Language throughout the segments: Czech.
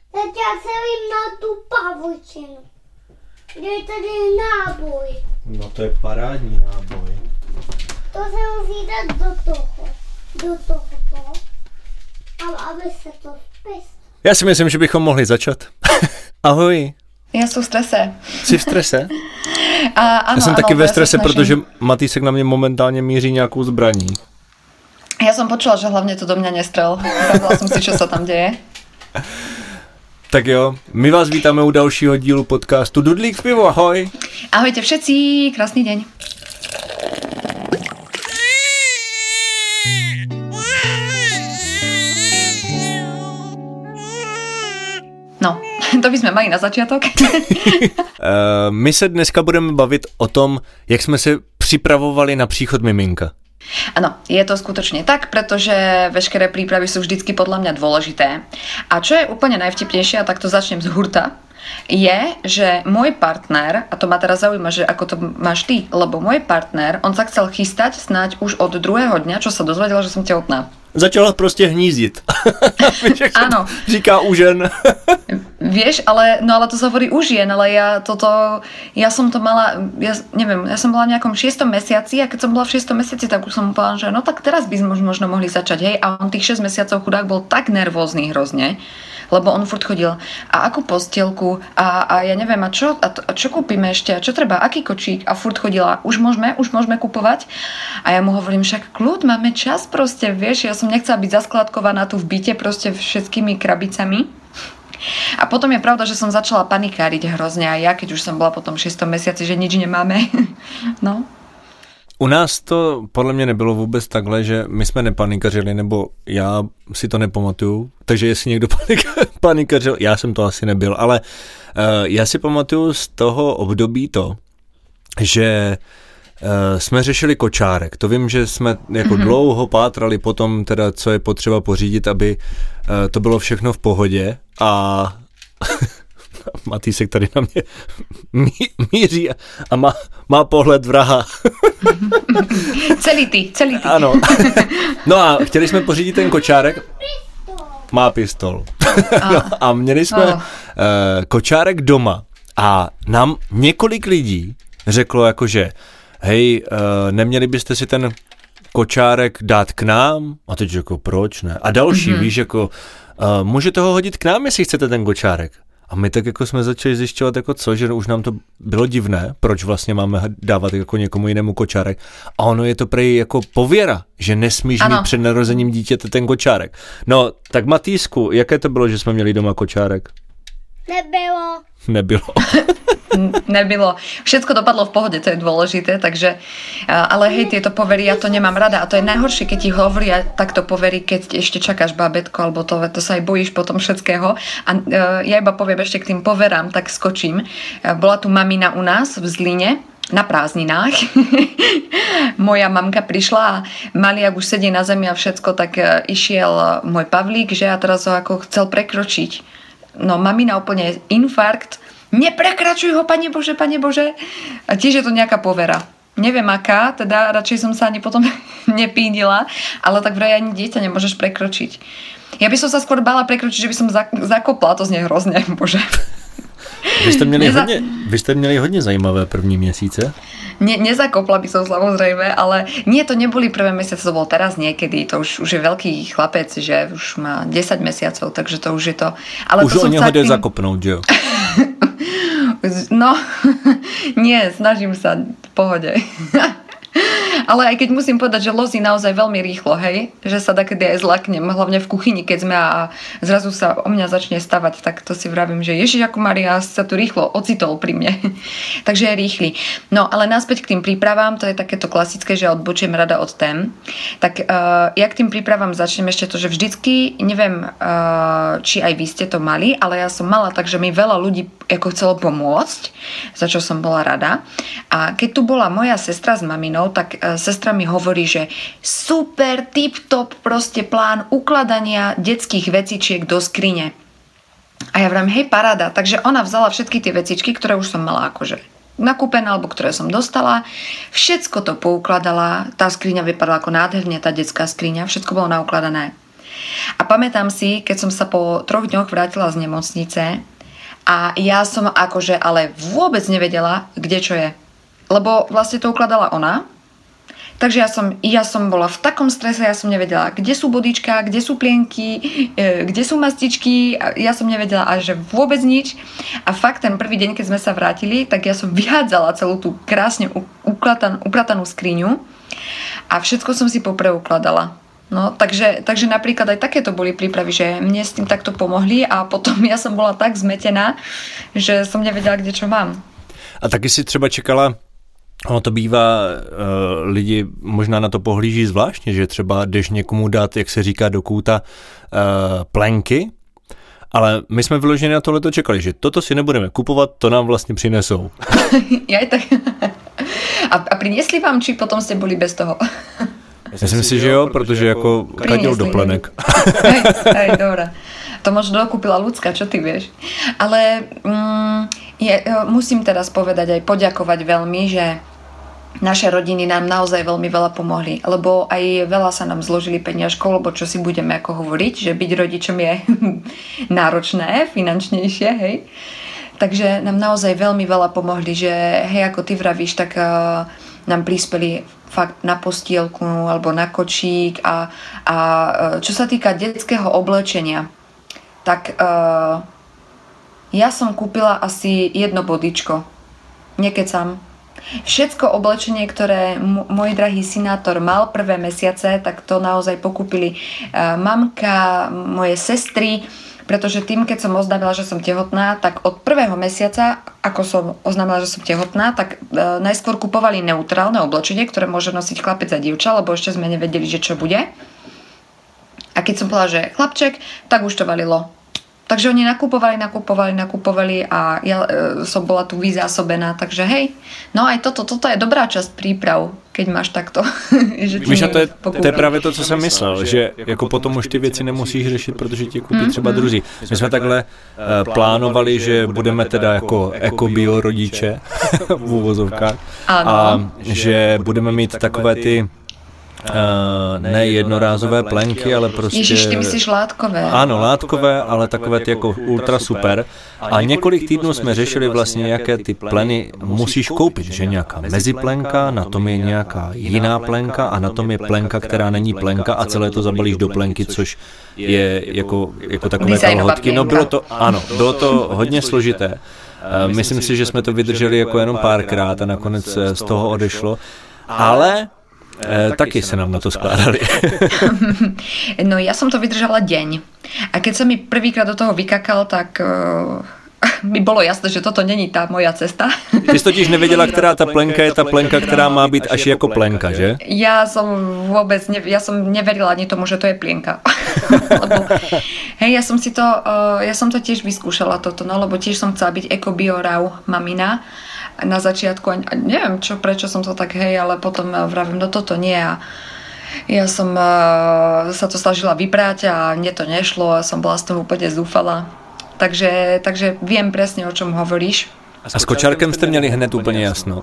Teď já se jim na tu pavučinu. Kde je tady náboj? No to je parádní náboj. To se musí dát do tohoto, aby se to spistilo. Já si myslím, že bychom mohli začat. Ahoj. Já jsem v strese. Jsi v strese? Ano, já jsem taky ve strese, protože Matýsek na mě momentálně míří nějakou zbraní. Já jsem počula, že hlavně to do mě nestrel. Pravila jsem si, co se tam děje. Tak jo, my vás vítáme u dalšího dílu podcastu Dudlík z pivu, ahoj. Ahojte všetci, krásný deň. No, to bychom mali na začátek. My se dneska budeme bavit o tom, jak jsme se připravovali na příchod miminka. Áno, je to skutočne tak, pretože veškeré prípravy sú vždycky podľa mňa dôležité. A čo je úplne najvtipnejšie, a tak to začnem z hurta, je, že môj partner, a to ma teraz zaujíma, že ako to máš ty, lebo môj partner, on sa chcel chystať snáď už od druhého dňa, čo sa dozvedela, že som tehotná. Začala prostě hnízdit. Áno. Říká u žen. Vieš, ale to sa hovorí u žien, ale ja som to mala, ja som bola v nejakom 6. mesiaci a keď som bola v 6. mesiaci, tak už som mu povedala, že no tak teraz by sme možno mohli začať, hej, a on tých 6 mesiacov chudák bol tak nervózny hrozne, lebo on furt chodil a akú postielku a ja neviem, a čo kúpime ešte, a čo treba, aký kočík, a furt chodila, už môžeme kupovať, a ja mu hovorím, však kľud, máme čas proste, vieš, ja som nechcela byť zaskladkovaná tu v byte proste všetkými krabicami. A potom je pravda, že som začala panikáriť hrozne aj ja, keď už som bola po tom 6. mesiaci, že nič nemáme. No. U nás to podle mě nebylo vůbec takhle, že my jsme nepanikařili, nebo já si to nepamatuju, takže jestli někdo panikařil, já jsem to asi nebyl, ale já si pamatuju z toho období to, že jsme řešili kočárek. To vím, že jsme jako dlouho pátrali potom teda, co je potřeba pořídit, aby to bylo všechno v pohodě, a Matýsek tady na mě míří a má pohled vraha. Celý ty. Ano. No a chtěli jsme pořídit ten kočárek. Má pistol. No, a měli jsme kočárek doma a nám několik lidí řeklo jakože hej, neměli byste si ten kočárek dát k nám? A teď jako proč ne? A další, víš, jako můžete ho hodit k nám, jestli chcete ten kočárek. A my tak jako jsme začali zjišťovat jako co, že už nám to bylo divné, proč vlastně máme dávat jako někomu jinému kočárek. A ono je to prej jako pověra, že nesmíš mít před narozením dítěte ten kočárek. No, tak Matýsku, jaké to bylo, že jsme měli doma kočárek? Nebylo. Všetko dopadlo v pohode, to je dôležité, takže, ale hej, tieto povery, ja to nemám rada, a to je najhoršie, keď ti hovoria takto povery, keď ešte čakáš bábätko, alebo to sa aj bojíš potom všetkého. A ja iba poviem ešte k tým poverám, tak skočím. Bola tu mamina u nás v Zline na prázdninách. Moja mamka prišla a Maliak už sedí na zemi a všetko, tak išiel môj Pavlík, že a teraz ho ako chcel prekročiť. No, mamina úplne infarkt. Neprekračuj ho, Pane Bože. A tiež je to nejaká povera. Neviem aká, teda radšej som sa ani potom nepídila, ale tak vraj ani dieťa nemôžeš prekročiť. Ja by som sa skôr bála prekročiť, že by som zakopla, to znie hrozne, Bože. Vy jste měli hodně zajímavé první měsíce? Nezakopla by som samozrejme, ale nie, to neboli prvé mesiace, to bolo teraz niekedy, to už je veľký chlapec, že už má 10 mesiacov, takže to už je to... Ale už to o něho jde zakopnout, že jo? No, nie, snažím sa v pohode. Ale aj keď musím povedať, že lozí naozaj veľmi rýchlo, hej, že sa takedy aj zlaknem, hlavne v kuchyni, keď sme a zrazu sa o mňa začne stavať, tak to si vravím, že Ježiš, ako Maria sa tu rýchlo ocitol pri mne. Takže je rýchly. No, ale naspäť k tým prípravám, to je takéto klasické, že odbočím rada od tém. Tak ja k tým prípravám začnem ešte to, že vždycky, neviem, či aj vy ste to mali, ale ja som mala, takže mi veľa ľudí ako chcelo pomôcť, za čo som bola rada. A keď tu bola moja sestra s maminou, tak sestra mi hovorí, že super, tip-top proste plán ukladania detských vecičiek do skrine. A ja vravím, hej, paráda. Takže ona vzala všetky tie vecičky, ktoré už som mala akože nakúpené, alebo ktoré som dostala. Všetko to poukladala. Tá skriňa vypadala ako nádherne, tá detská skriňa. Všetko bolo naukladané. A pamätám si, keď som sa po 3 dňoch vrátila z nemocnice a ja som akože ale vôbec nevedela, kde čo je. Lebo vlastne to ukladala ona. Takže ja som bola v takom strese, ja som nevedela, kde sú bodička, kde sú plienky, kde sú mastičky, ja som nevedela až že vôbec nič. A fakt ten prvý deň, keď sme sa vrátili, tak ja som vyhádzala celú tú krásne upratanú skriňu a všetko som si popreukladala. No, takže napríklad aj takéto boli prípravy, že mne s tým takto pomohli a potom ja som bola tak zmetená, že som nevedela, kde čo mám. A taky si třeba čekala, ono to bývá, lidi možná na to pohlíží zvláštně, že třeba jdeš někomu dát, jak se říká do kůta, plenky, ale my jsme vyloženě na tohleto čekali, že toto si nebudeme kupovat, to nám vlastně přinesou. Ja tak. A priniesli vám, či potom ste boli bez toho? Myslím si, že jo, protože jako kadil do plenek. Hej, dobré. To možno dokúpila ľudská, čo ty vieš. Ale musím teraz povedať aj poďakovať veľmi, že naše rodiny nám naozaj veľmi veľa pomohli, lebo aj veľa sa nám zložili peniažkov, lebo čo si budeme ako hovoriť, že byť rodičom je náročné, finančnejšie, hej. Takže nám naozaj veľmi veľa pomohli, že hej, ako ty vravíš, tak nám prispeli fakt na postielku alebo na kočík a čo sa týka detského oblečenia, tak ja som kúpila asi 1 bodičko. Nekecam. Všetko oblečenie, ktoré môj drahý synátor mal prvé mesiace, tak to naozaj pokúpili mamka, moje sestry, pretože tým, keď som oznámila, že som tehotná, tak od 1. mesiaca, ako som oznámila, že som tehotná, tak najskôr kupovali neutrálne oblečenie, ktoré môže nosiť chlapec a dievča, lebo ešte sme nevedeli, že čo bude. A keď som povedala, že chlapček, tak už to valilo. Takže oni nakupovali a ja som bola tu vyzásobená, takže hej. No aj toto je dobrá časť príprav, keď máš takto. Víš, a to je právě to, co jsem myslel, že jako potom už ty věci nemusíš řešit, protože ti koupí třeba druzí. My jsme takhle plánovali, že budeme teda jako ekobio rodiče v úvozovkách a že budeme mít takové ty ne jednorázové plenky, ale prostě... Ježiš, ty myslíš látkové. Ano, látkové, ale takové ty jako ultra super. A několik týdnů jsme řešili vlastně, jaké ty pleny musíš koupit, že nějaká meziplenka, na tom je nějaká jiná plenka a na tom je plenka, která není plenka a celé to zabalíš do plenky, což je jako takové kalhotky. No bylo to hodně složité. Myslím si, že jsme to vydrželi jako jenom párkrát a nakonec z toho odešlo. Ale taky se nám na to skládali. No ja som to vydržala deň. A keď sa mi prvýkrát do toho vykakal, tak mi bolo jasné, že toto není tá moja cesta. Ty jsi totiž nevěděla, která ta plenka je ta plenka, která má být až jako plenka, že? Ja som neverila ani tomu, že to je plienka. Lebo, hej, ja som to tiež vyskúšala toto, no, lebo tiež som chcela byť ekobiorav mamina na začiatku a neviem prečo som to tak, hej, ale potom vravím, no toto nie a ja som sa to snažila vybrať a mne to nešlo a som bola z toho úplne zúfala. Takže viem presne, o čom hovoríš. A s kočárkem ste měli hned úplne jasno?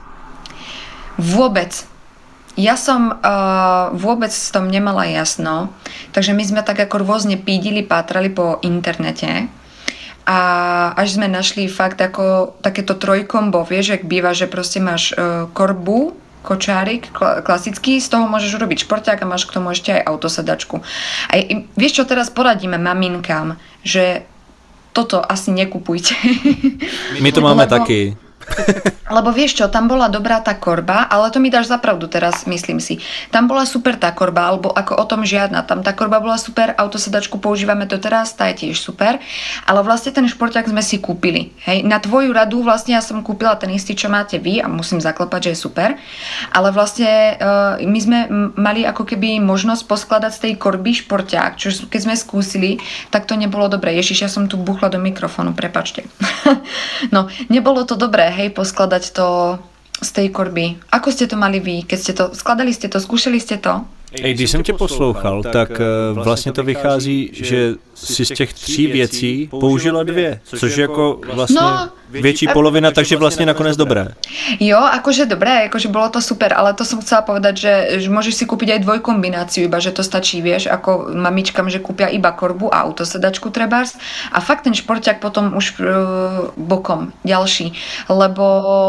Vôbec. Ja som vôbec s tom nemala jasno, takže my sme tak ako rôzne pídili, pátrali po internete a až sme našli fakt ako takéto trojkombo, vieš, jak býva, že proste máš korbu, kočárik klasický, z toho môžeš urobiť šporťák a máš k tomu ešte aj autosedačku. A vieš čo, teraz poradíme maminkám, že toto asi nekupujte. My to máme taky. Lebo vieš čo, tam bola dobrá tá korba, ale to mi dáš za pravdu teraz, myslím si. Tam bola super tá korba, alebo ako o tom žiadna. Tam tá korba bola super, autosedačku používame to teraz, tá je tiež super, ale vlastne ten šporťák sme si kúpili. Hej? Na tvoju radu vlastne ja som kúpila ten istý, čo máte vy a musím zaklepať, že je super, ale vlastne my sme mali ako keby možnosť poskladať z tej korby šporťák, čo keď sme skúsili, tak to nebolo dobré. Ježiš, ja som tu buchla do mikrofónu, prepáčte. No, nebolo to dobré, hej, poskladať to z tej korby. Ako ste to mali vy? Keď ste to skladali, skúšali ste to? Když jsem tě poslouchal, tak vlastně to vychází, že si z těch 3 věcí použila 2, což je jako vlastně větší polovina, takže vlastně nakonec dobré. Jo, akože dobré, akože bolo to super, ale to som chcela povedať, že môžeš si kúpiť aj dvojkombináciu, iba že to stačí, vieš, ako mamičkám, že kúpia iba korbu a autosedačku trebárs a fakt ten šporťák potom už bokom ďalší, lebo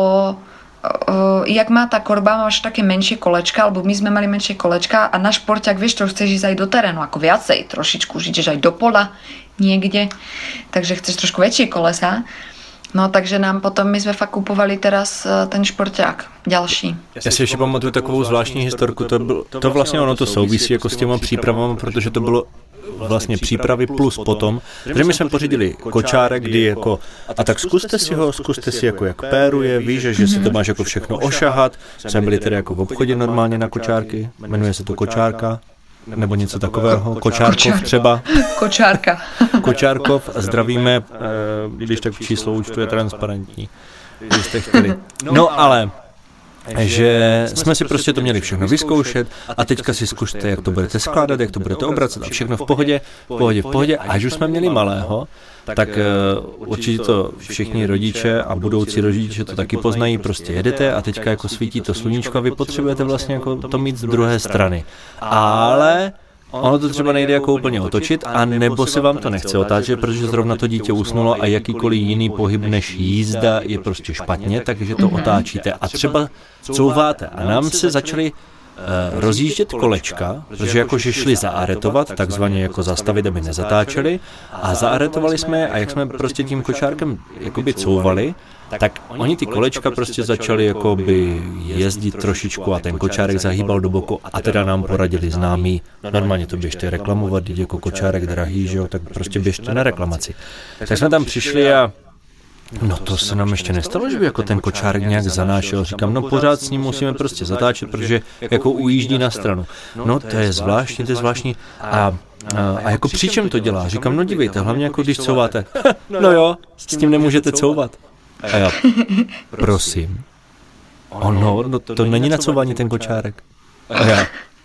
jak má tá korba, máš také menšie kolečka, alebo my sme mali menšie kolečka a na šporťák, vieš, to chceš ísť aj do terénu, ako viacej, trošičku, už ideš aj do pola niekde, takže chceš trošku väčšie kolesa. No, takže nám potom, my jsme fakt kupovali teraz ten šporťák, další. Já si ještě pamatuju takovou zvláštní historku, to vlastně ono to souvisí jako s těma přípravami, protože to bylo vlastně přípravy plus potom, protože my jsme pořídili kočárek, kdy jako, a tak zkuste si jako jak péruje, víš, že si to máš jako všechno ošahat, jsme byli tedy jako v obchodě normálně na kočárky, jmenuje se to kočárka, nebo něco takového, Kočárkov třeba. Kočárka. Kočárkov, zdravíme, když tak číslo účtu je transparentní, když jste chtěli. No ale, že jsme si prostě to měli všechno vyzkoušet a teďka si zkušte, jak to budete skládat, jak to budete obracet a všechno v pohodě. A až už jsme měli malého, tak určitě to všichni rodiče a budoucí rodiče to taky poznají, prostě jedete a teďka jako svítí to sluníčko a vy potřebujete vlastně jako to mít z druhé strany. Ale ono to třeba nejde jako úplně otočit, a nebo se vám to nechce otáčet, protože zrovna to dítě usnulo a jakýkoliv jiný pohyb než jízda je prostě špatně, takže to otáčíte a třeba couváte. A nám se začaly rozjíždět kolečka, protože jakože šli zaaretovat, takzvaně jako zastavit, aby nezatáčeli, a zaaretovali jsme a jak jsme prostě tím kočárkem jakoby couvali, tak oni ty kolečka prostě začali jakoby jezdit trošičku a ten kočárek zahýbal do boku a teda nám poradili známí, normálně to běžte reklamovat, když jako kočárek drahý, že jo, tak prostě běžte na reklamaci. Tak jsme tam přišli a no to se nám ještě nestalo, že by jako ten kočárek nějak zanášel. Říkám, no pořád s ním musíme prostě zatáčet, protože jako ujíždí na stranu. No to je zvláštní. A jako při čem to dělá? Říkám, no dívejte, hlavně jako když couváte. No jo, s tím nemůžete couvat. A já, prosím. No to není na couvání ten kočárek. A já,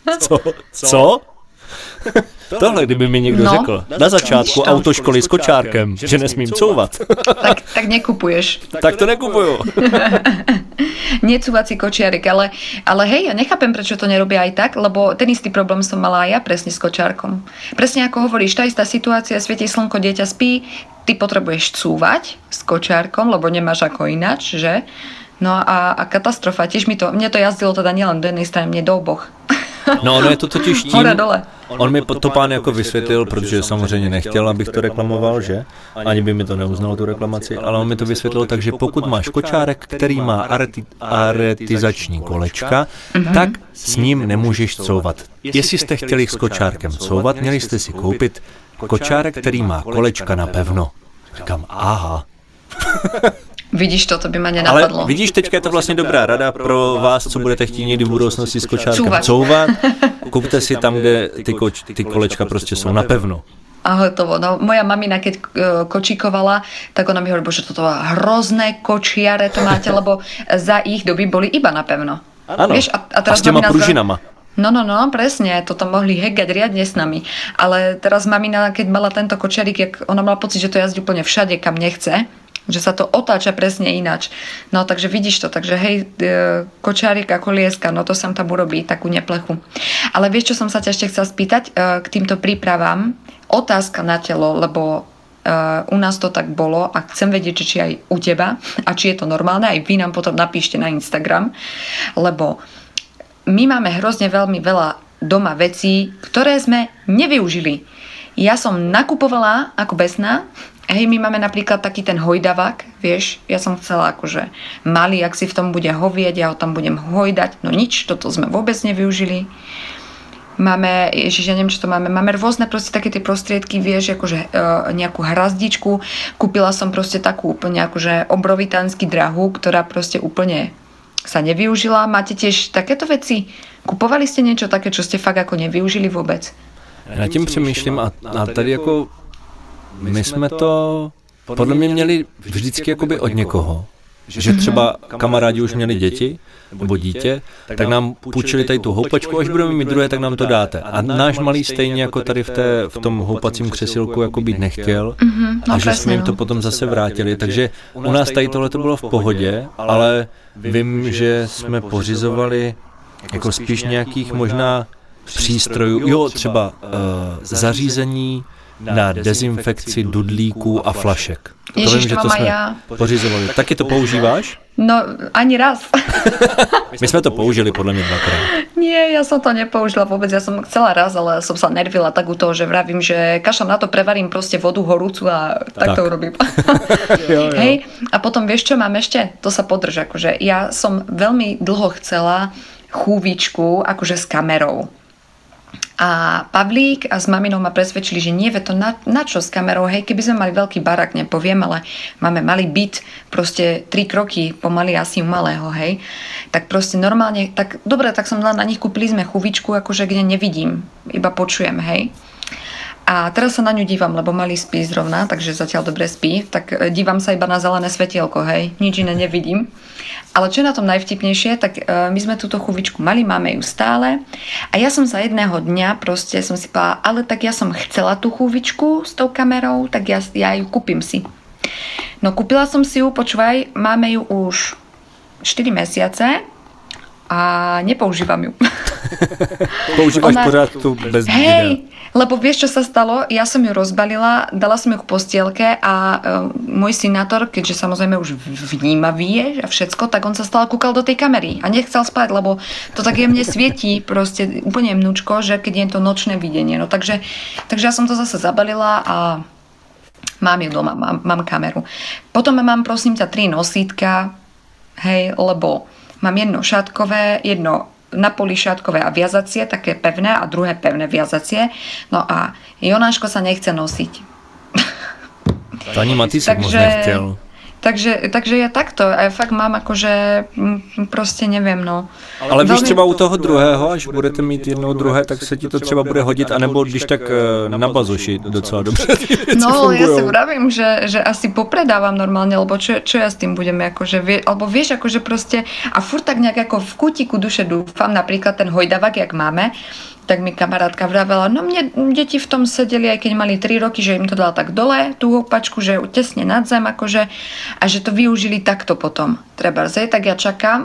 co? Tohle, kdyby mi někdo řekl na začátku autoškoly s kočárkem, že nesmím couvat. Tak nekupuješ. Tak to nekupuju. Necúvací kočiarek, ale hej, ja nechápem, prečo to nerobia aj tak, lebo ten istý problém som mala aj ja presne s kočárkom. Presne ako hovoríš, tá istá situácia, svieti slnko, dieťa spí, ty potrebuješ cúvať s kočárkom, lebo nemáš ako ináč, že? No a katastrofa, tiež mne to jazdilo teda nielen do jednej strany, mne do oboch. No ono je to totiž tím, hore dole. On mi to pán jako vysvětlil, protože samozřejmě nechtěl, abych to reklamoval, že? Ani by mi to neuznal, tu reklamaci, ale on mi to vysvětlil tak, že pokud máš kočárek, který má aretizační kolečka, tak s ním nemůžeš couvat. Jestli jste chtěli s kočárkem couvat, měli jste si koupit kočárek, který má kolečka napevno. Říkám, aha. Vidíš, to by mě nenapadlo. Ale vidíš, teďka je to vlastně dobrá rada pro vás, co budete chtít někdy v budoucnosti s kočárkem couvat. Kupte si tam, kde ty kolečka prostě jsou napevno. A hotovo. No, moja mamina, keď kočíkovala, tak ona mi hovorí, že toto hrozné kočiare to máte, lebo za ich doby boli iba napevno. Áno, vieš, a teraz s těma pružinama. No, presne, to tam mohli hekať riadne s nami. Ale teraz mamina, keď mala tento kočiarik, jak ona mala pocit, že to jazdí úplne všade, kam nechce, že sa to otáča presne ináč. No, takže vidíš to, takže hej, kočárik ako lieska, no to sam tam urobí takú neplechu. Ale vieš, čo som sa ťa ešte chcela spýtať k týmto prípravám? Otázka na telo, lebo u nás to tak bolo a chcem vedieť, či aj u teba a či je to normálne, aj vy nám potom napíšte na Instagram, lebo my máme hrozne veľmi veľa doma vecí, ktoré sme nevyužili. Ja som nakupovala ako besná. Hej, my máme napríklad taký ten hojdavák, vieš, ja som chcela akože malý, ak si v tom bude hovieť, ja ho tam budem hojdať, no nič, toto sme vôbec nevyužili. Máme, ježiš, ja neviem, čo to máme rôzne proste také tie prostriedky, vieš, akože nejakú hrazdičku, kúpila som proste takú úplne akože obrovitánsky drahu, ktorá proste úplne sa nevyužila. Máte tiež takéto veci? Kupovali ste niečo také, čo ste fakt ako nevyužili vôbec? Já tím přemýšlím a tady jako my jsme to podle mě měli vždycky jakoby od někoho. že třeba kamarádi už měli děti, nebo dítě, tak nám půjčili tady tu houpačku, až budeme mít druhé, tak nám to dáte. A náš malý stejně jako tady v tom houpacím křesilku jako být nechtěl a že jsme jim to potom zase vrátili. Takže u nás tady tohle to bylo v pohodě, ale vím, že jsme pořizovali jako spíš nějakých možná přístrojů, jo, třeba zařízení na dezinfekci dudlíků a flašek. Ježiš, vím, že to jsme pořizovali. Taky to používáš? No, ani raz. My jsme to použili podľa mňa dvakrát. Nie, ja som to nepoužila vôbec. Ja som chcela raz, ale som sa nervila tak u toho, že vravím, že kašľam na to, prevarím proste vodu horúcu a tak to urobím. Jo. Hej, a potom vieš, čo mám ešte? To sa podrž, akože ja som veľmi dlho chcela chúvičku, akože s kamerou. A Pavlík a s maminou ma presvedčili, že nie, to na čo s kamerou, hej, keby sme mali veľký barak, nepoviem, ale máme malý byt, proste 3 kroky pomaly asi u malého, hej, tak proste normálne, tak dobre, tak som na nich kúpili sme chúvičku, akože kde nevidím, iba počujem, hej. A teraz sa na ňu dívam, lebo malý spí zrovna, takže zatiaľ dobre spí, tak dívam sa iba na zelené svetielko, hej, nič iné nevidím. Ale čo je na tom najvtipnejšie, tak my sme túto chúvičku mali, máme ju stále a ja som sa jedného dňa proste som si povedala, ale tak ja som chcela tú chúvičku s tou kamerou, tak ja ju kúpim si. No kúpila som si ju, počúvaj, máme ju už 4 mesiace a nepoužívam ju. Používaš pořád tu bez videa. Hej, lebo vieš, čo sa stalo? Ja som ju rozbalila, dala som ju k postielke a môj synátor, keďže samozrejme už vnímavý je a všetko, tak on sa stále kúkal do tej kamery a nechcel spať, lebo to tak jemne svietí, proste úplne mnúčko, že keď je to nočné videnie. No takže ja som to zase zabalila a mám ju doma, mám kameru. Potom mám, prosím ťa, 3 nosítka, hej, lebo mám jedno šátkové, jedno na poli šátkové a viazacie, také pevné a druhé pevné viazacie. No a Jonáško sa nechce nosiť. To ani Matýsek moc nechtěl. Takže ja takto, a ja fakt mám akože proste neviem, no. Ale víš, třeba u toho druhého, až budete mít jednou druhé, tak se ti to třeba bude hodit, anebo když tak na bazoši docela dobře. No, ja si vravím, že asi popredávam normálne, lebo čo ja s tým budem, akože, alebo vieš, akože proste, a furt tak nejak ako v kútiku duše dúfam, napríklad ten hojdavak, jak máme, tak mi kamarátka vravela, no mne deti v tom sedeli, aj keď mali 3 roky, že im to dala tak dole, tú houpačku, že tesne nad zem, akože, a že to využili takto potom. Trebárs, tak ja čakám.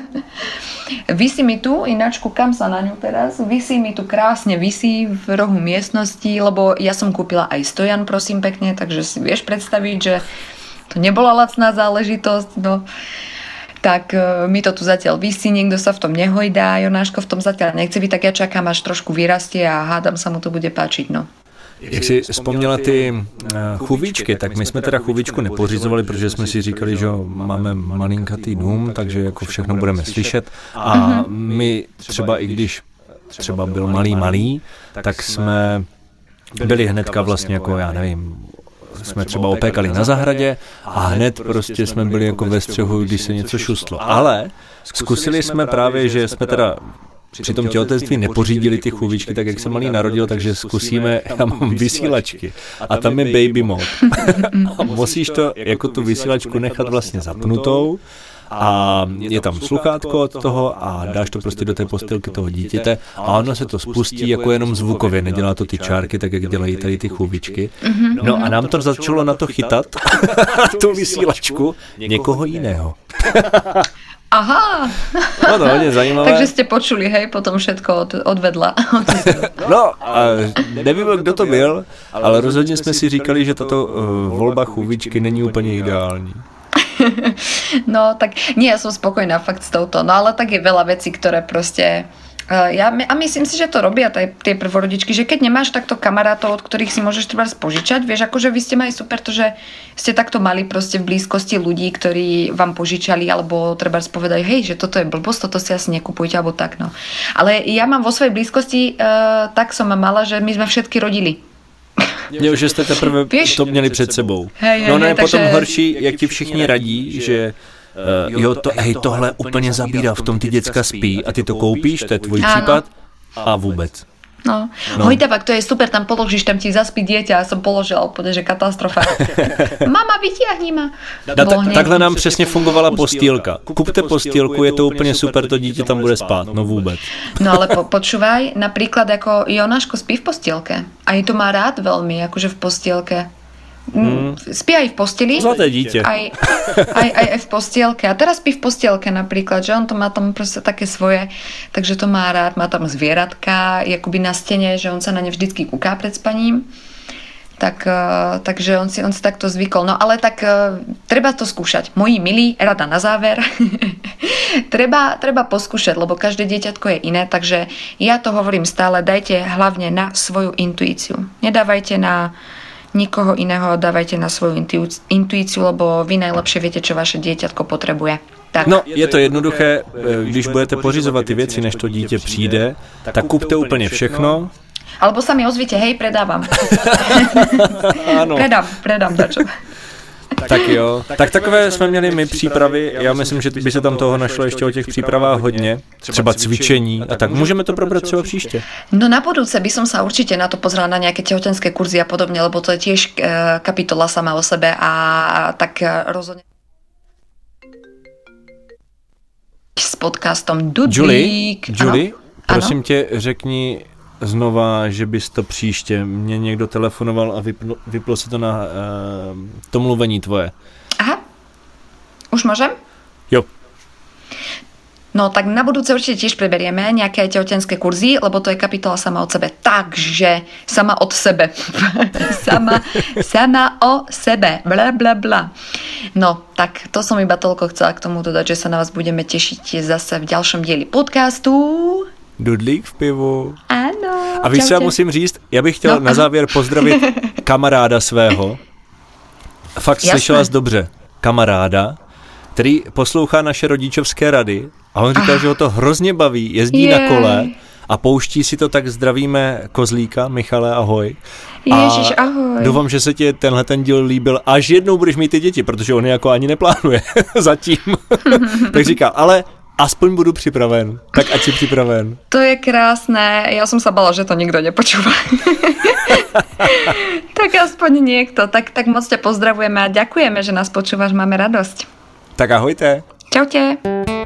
Visí mi tu, ináč kúkam sa na ňu teraz, visí mi tu krásne, visí v rohu miestnosti, lebo ja som kúpila aj stojan, prosím pekne, takže si vieš predstaviť, že to nebola lacná záležitosť, no. Tak mi to tu zatiaľ visí, niekto sa v tom nehojdá, Jonáško v tom zatiaľ nechce byť, tak ja čakám, až trošku vyrastie a hádam sa mu to bude páčiť, no. Jak jsi vzpomněla ty chůvičky, tak my jsme teda chůvičku nepořizovali, protože jsme si říkali, že máme malinkatý dům, takže jako všechno budeme slyšet a my třeba i když třeba byl malý, tak jsme byli hnedka vlastně jako, já nevím, jsme třeba opékali na zahradě a hned prostě jsme byli jako ve střehu, když se něco šustlo. Ale zkusili jsme právě, že jsme teda při tom těhotenství nepořídili ty chůvičky, tak jak se malý narodil, takže zkusíme, já mám vysílačky a tam je baby mode. A musíš to jako tu vysílačku nechat vlastně zapnutou a je tam sluchátko od toho a dáš to prostě do té postýlky toho dítěte a ono se to spustí jako jenom zvukově, nedělá to ty čárky, tak jak dělají tady ty chůvičky. No a nám to začalo na to chytat, tu vysílačku někoho jiného. Aha. No to hodně zajímavé. Takže ste počuli, hej, potom všetko odvedla. No, a nevím, kdo to byl, ale rozhodně jsme si říkali, že tato volba chůvičky není úplně ideální. No, tak nie, ja som spokojná fakt s touto, no ale tak je veľa vecí, ktoré proste a myslím si, že to robia tie prvorodičky, že keď nemáš takto kamarátov, od ktorých si môžeš treba požičať, vieš, akože vy ste mali super to, že ste takto mali proste v blízkosti ľudí, ktorí vám požičali, alebo treba povedať, hej, že toto je blbosť, toto si asi nekupujte, alebo tak, no. Ale ja mám vo svojej blízkosti, tak som mala, že my sme všetky rodili. Jo, že jste teprve to měli před sebou. No ne, potom horší, jak ti všichni radí, že jo, tohle úplně zabírá, v tom ty děcka spí a ty to koupíš, to je tvůj případ a vůbec. No. Hojtavak, to je super, tam položíš, tam ti zaspí dieťa, já jsem položila, úplně, že katastrofa. Mama, vytiahni ma. Takhle nám přesně fungovala postýlka. Kupte postýlku, je to úplně super, to dítě tam bude spát, no vůbec. No ale počúvaj, napríklad ako Jonáško spí v postielke. A to má rád veľmi, akože v postielke. Spí aj v posteli. Zlaté dítě. Aj v postielke. A teraz spí v postielke napríklad, že on to má tam proste také svoje, takže to má rád. Má tam zvieratka, akoby na stene, že on sa na ne vždycky kúká pred spaním. Takže on si takto zvykol. No ale tak treba to skúšať. Moji milí, rada na záver. treba poskúšať, lebo každé dieťatko je iné, takže ja to hovorím stále, dajte hlavne na svoju intuíciu. Nedávajte na nikoho iného, dávajte na svoju intuíciu, lebo vy najlepšie viete, čo vaše dieťatko potrebuje. Tak. No, je to jednoduché, když budete pořizovat ty věci, než to dítě přijde, tak kupte úplně všechno. Alebo sa mi ozvíte, hej, predávam. Ano. Predám dačo. Tak jo, tak takové jsme měli my přípravy, já myslím, že by se tam toho našlo ještě o těch přípravách hodně, třeba cvičení a tak, můžeme to probrat třeba příště. No na budúce by som sa určite na to pozrela na nejaké tehotenské kurzy a podobne, lebo to je tiež kapitola sama o sebe a tak rozhodne s podcastom Dudlík. Julie, prosím tě, řekni znova, že bys to příště. Mě někdo telefonoval a vyplo se to na to mluvení tvoje. Aha. Už môžem? Jo. No tak na budúce určite tiež preberieme nejaké tehotenské kurzy, lebo to je kapitola sama od sebe. Takže sama od sebe. sama o sebe. Bla bla bla. No, tak to som iba toľko chcela k tomu dodať, že sa na vás budeme tešiť zase v ďalšom dieli podcastu. Dudlík v pivu. Ano. A víš, co já musím říct? Já bych chtěl na závěr pozdravit kamaráda svého. Fakt slyšela jsi dobře. Kamaráda, který poslouchá naše rodičovské rady a on říkal, že ho to hrozně baví, jezdí na kole a pouští si to, tak zdravíme Kozlíka. Michale, ahoj. Ježiš, ahoj. Doufám, že se ti tenhle ten díl líbil, až jednou budeš mít ty děti, protože on je jako ani neplánuje zatím. Tak říká, ale aspoň budu připraven, tak ať si připraven. To je krásné, ja som sa bala, že to nikto nepočúva. Tak aspoň niekto, tak moc ťa pozdravujeme a ďakujeme, že nás počúvaš, máme radosť. Tak ahojte. Čaute.